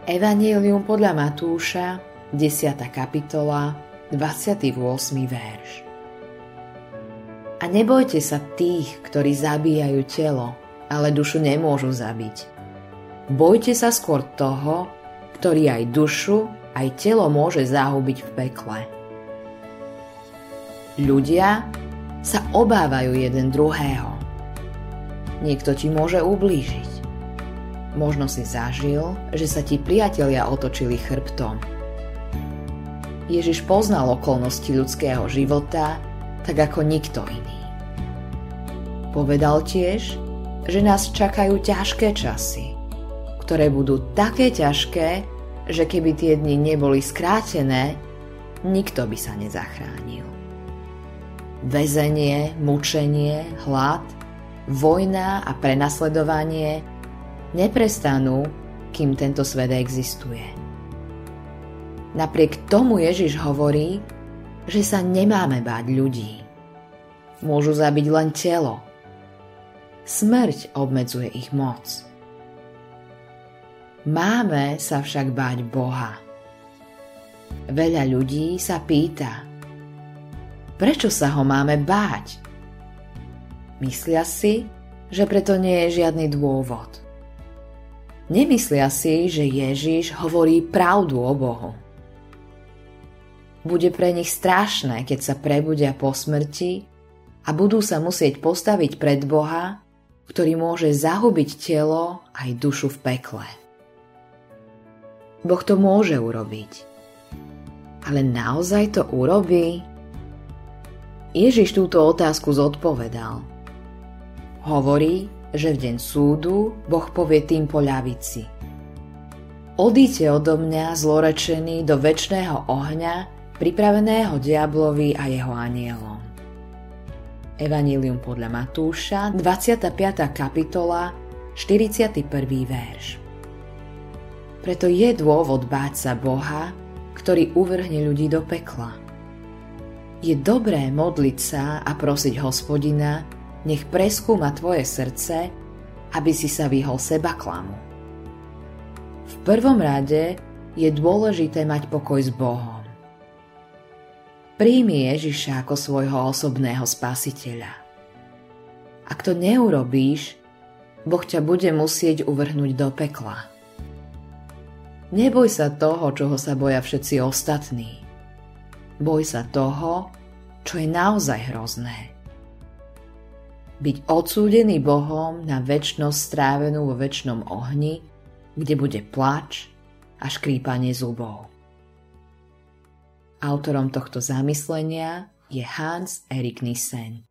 Evanjelium podľa Matúša, 10. kapitola, 28. verš. A nebojte sa tých, ktorí zabíjajú telo, ale dušu nemôžu zabiť. Bojte sa skôr toho, ktorý aj dušu, aj telo môže zahubiť v pekle. Ľudia sa obávajú jeden druhého. Niekto ti môže ublížiť. Možno si zažil, že sa ti priatelia otočili chrbtom. Ježiš poznal okolnosti ľudského života tak ako nikto iný. Povedal tiež, že nás čakajú ťažké časy, ktoré budú také ťažké, že keby tie dni neboli skrátené, nikto by sa nezachránil. Väzenie, mučenie, hlad, vojna a prenasledovanie neprestanú, kým tento svet existuje. Napriek tomu Ježiš hovorí, že sa nemáme báť ľudí. Môžu zabiť len telo. Smrť obmedzuje ich moc. Máme sa však báť Boha. Veľa ľudí sa pýta, prečo sa ho máme báť? Myslia si, že preto nie je žiadny dôvod. Nemyslia si, že Ježiš hovorí pravdu o Bohu. Bude pre nich strašné, keď sa prebudia po smrti a budú sa musieť postaviť pred Boha, ktorý môže zahubiť telo aj dušu v pekle. Boh to môže urobiť. Ale naozaj to urobí? Ježiš túto otázku zodpovedal. Hovorí, že v deň súdu Boh povie tým po ľavici: Odíďte odo mňa, zlorečení, do večného ohňa, pripraveného diablovi a jeho anielom. Evanjelium podľa Matúša, 25. kapitola, 41. verš. Preto je dôvod báť sa Boha, ktorý uvrhne ľudí do pekla. Je dobré modliť sa a prosiť Hospodina, nech preskúma tvoje srdce, aby si sa vyhol sebaklamu. V prvom rade je dôležité mať pokoj s Bohom. Príjmi Ježiša ako svojho osobného spasiteľa. Ak to neurobíš, Boh ťa bude musieť uvrhnúť do pekla. Neboj sa toho, čoho sa boja všetci ostatní. Boj sa toho, čo je naozaj hrozné. Byť odsúdený Bohom na večnosť strávenú vo večnom ohni, kde bude plač a škrípanie zubov. Autorom tohto zamyslenia je Hans Erik Nissen.